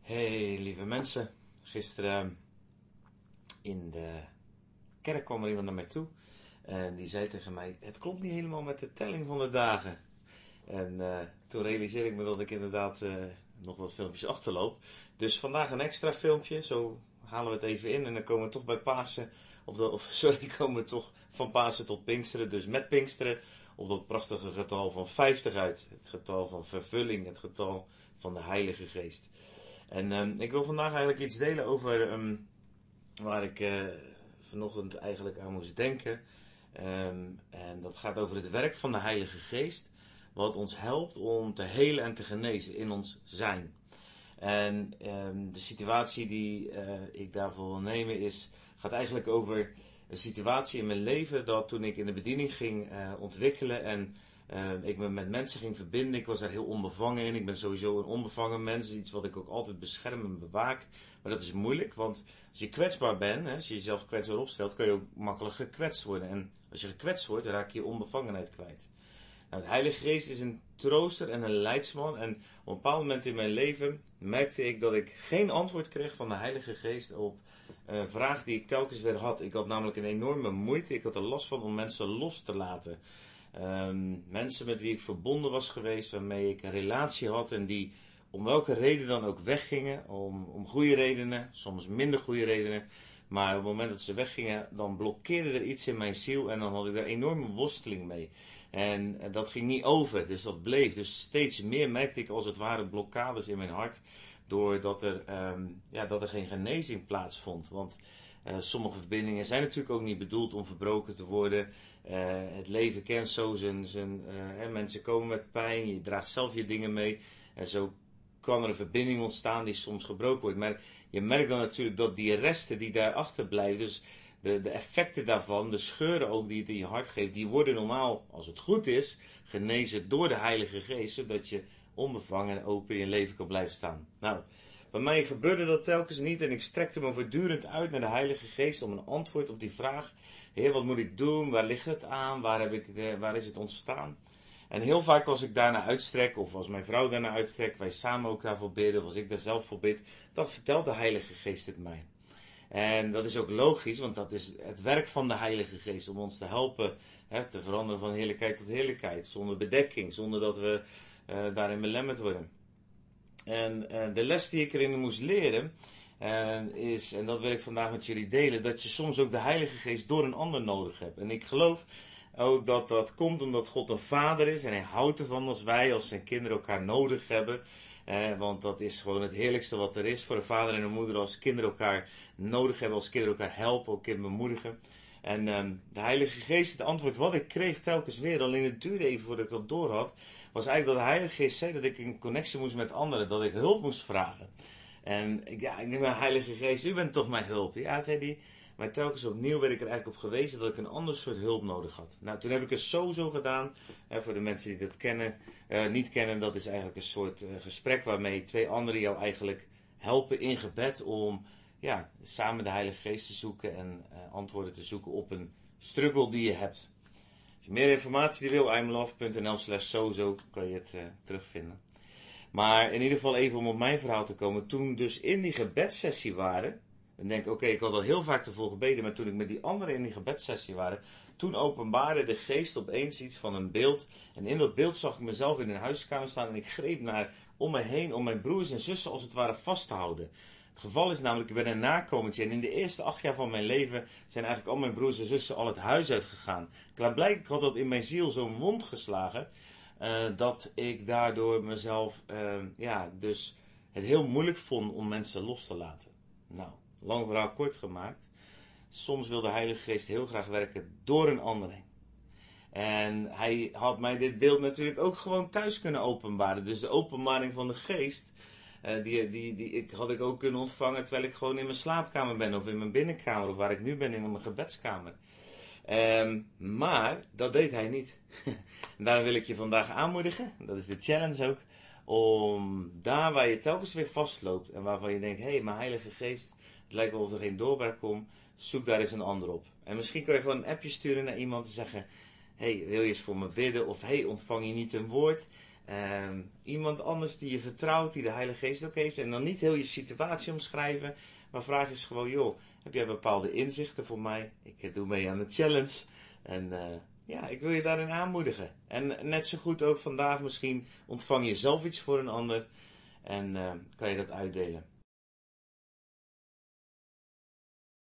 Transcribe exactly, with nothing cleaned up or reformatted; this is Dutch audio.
Hey lieve mensen, gisteren in de kerk kwam er iemand naar mij toe en die zei tegen mij: het klopt niet helemaal met de telling van de dagen. En uh, toen realiseerde ik me dat ik inderdaad uh, nog wat filmpjes achterloop. Dus vandaag een extra filmpje, zo halen we het even in en dan komen we toch bij Pasen, of, de, of sorry, komen we toch van Pasen tot Pinksteren, dus met Pinksteren, op dat prachtige getal van vijftig uit. Het getal van vervulling, het getal van de Heilige Geest. En um, ik wil vandaag eigenlijk iets delen over um, waar ik uh, vanochtend eigenlijk aan moest denken. Um, en dat gaat over het werk van de Heilige Geest, wat ons helpt om te helen en te genezen in ons zijn. En um, de situatie die uh, ik daarvoor wil nemen is, gaat eigenlijk over een situatie in mijn leven dat toen ik in de bediening ging uh, ontwikkelen en Uh, ik me met mensen ging verbinden. Ik was daar heel onbevangen in. Ik ben sowieso een onbevangen mens. Dat is iets wat ik ook altijd bescherm en bewaak. Maar dat is moeilijk, want als je kwetsbaar bent, hè, als je jezelf kwetsbaar opstelt, kun je ook makkelijk gekwetst worden. En als je gekwetst wordt, dan raak je je onbevangenheid kwijt. Nou, de Heilige Geest is een trooster en een leidsman. En op een bepaald moment in mijn leven merkte ik dat ik geen antwoord kreeg van de Heilige Geest op uh, vragen die ik telkens weer had. Ik had namelijk een enorme moeite. Ik had er last van om mensen los te laten. Um, mensen met wie ik verbonden was geweest, waarmee ik een relatie had en die om welke reden dan ook weggingen, om, om goede redenen, soms minder goede redenen, maar op het moment dat ze weggingen, dan blokkeerde er iets in mijn ziel en dan had ik daar enorme worsteling mee. En, en dat ging niet over, dus dat bleef. Dus steeds meer merkte ik als het ware blokkades in mijn hart, doordat er, um, ja, dat er geen genezing plaatsvond. Want uh, sommige verbindingen zijn natuurlijk ook niet bedoeld om verbroken te worden. Uh, het leven kent zo zijn, zijn uh, hè, mensen komen met pijn, je draagt zelf je dingen mee en zo kan er een verbinding ontstaan die soms gebroken wordt. Maar je merkt dan natuurlijk dat die resten die daarachter blijven, dus de, de effecten daarvan, de scheuren ook die het in je hart geeft, die worden normaal, als het goed is, genezen door de Heilige Geest, zodat je onbevangen en open in je leven kan blijven staan. Nou, bij mij gebeurde dat telkens niet en ik strekte me voortdurend uit naar de Heilige Geest om een antwoord op die vraag. Heer, wat moet ik doen? Waar ligt het aan? Waar, heb ik de, waar is het ontstaan? En heel vaak als ik daarna uitstrek, of als mijn vrouw daarna uitstrekt, wij samen ook daarvoor bidden, of als ik daar zelf voor bid, dan vertelt de Heilige Geest het mij. En dat is ook logisch, want dat is het werk van de Heilige Geest, om ons te helpen hè, te veranderen van heerlijkheid tot heerlijkheid, zonder bedekking, zonder dat we uh, daarin belemmerd worden. En uh, de les die ik erin moest leren, uh, is, en dat wil ik vandaag met jullie delen, dat je soms ook de Heilige Geest door een ander nodig hebt. En ik geloof ook dat dat komt omdat God een vader is en hij houdt ervan als wij als zijn kinderen elkaar nodig hebben. Eh, want dat is gewoon het heerlijkste wat er is voor een vader en een moeder, als kinderen elkaar nodig hebben, als kinderen elkaar helpen, elkaar bemoedigen. En uh, de Heilige Geest, het antwoord wat ik kreeg telkens weer, alleen het duurde even voordat ik dat door had, was eigenlijk dat de Heilige Geest zei dat ik in connectie moest met anderen, dat ik hulp moest vragen. En ik, ja, ik denk, Heilige Geest, u bent toch mijn hulp? Ja, zei hij. Maar telkens opnieuw werd ik er eigenlijk op gewezen dat ik een ander soort hulp nodig had. Nou, toen heb ik het sowieso gedaan. Eh, voor de mensen die dat kennen, uh, niet kennen, dat is eigenlijk een soort uh, gesprek waarmee twee anderen jou eigenlijk helpen in gebed om ja, samen de Heilige Geest te zoeken en uh, antwoorden te zoeken op een struggle die je hebt. Als je meer informatie wil, imlove.nl slash sowieso kan je het uh, terugvinden. Maar in ieder geval even om op mijn verhaal te komen. Toen dus in die gebedssessie waren, dan denk ik, oké, okay, ik had al heel vaak ervoor gebeden, maar toen ik met die anderen in die gebedssessie waren, toen openbaarde de Geest opeens iets van een beeld. En in dat beeld zag ik mezelf in een huiskamer staan en ik greep naar om me heen om mijn broers en zussen als het ware vast te houden. Het geval is namelijk, ik ben een nakomertje en in de eerste acht jaar van mijn leven zijn eigenlijk al mijn broers en zussen al het huis uitgegaan. Klaarblijkelijk had dat in mijn ziel zo'n wond geslagen, uh, dat ik daardoor mezelf, uh, ja, dus het heel moeilijk vond om mensen los te laten. Nou, lang verhaal kort gemaakt. Soms wil de Heilige Geest heel graag werken door een ander heen. En hij had mij dit beeld natuurlijk ook gewoon thuis kunnen openbaren. Dus de openbaring van de Geest, uh, die, die, die ik, had ik ook kunnen ontvangen terwijl ik gewoon in mijn slaapkamer ben. Of in mijn binnenkamer, of waar ik nu ben in mijn gebedskamer. Um, maar dat deed hij niet. En daarom wil ik je vandaag aanmoedigen, dat is de challenge ook, om daar waar je telkens weer vastloopt en waarvan je denkt, hé, hey, mijn Heilige Geest, het lijkt wel of er geen doorbraak komt, zoek daar eens een ander op. En misschien kan je gewoon een appje sturen naar iemand en zeggen, hé, hey, wil je eens voor me bidden? Of hé, hey, ontvang je niet een woord? Uh, iemand anders die je vertrouwt, die de Heilige Geest ook heeft. En dan niet heel je situatie omschrijven. Maar vraag is gewoon, joh, heb jij bepaalde inzichten voor mij? Ik doe mee aan de challenge. En uh, ja, ik wil je daarin aanmoedigen. En net zo goed ook vandaag misschien ontvang je zelf iets voor een ander. En uh, kan je dat uitdelen.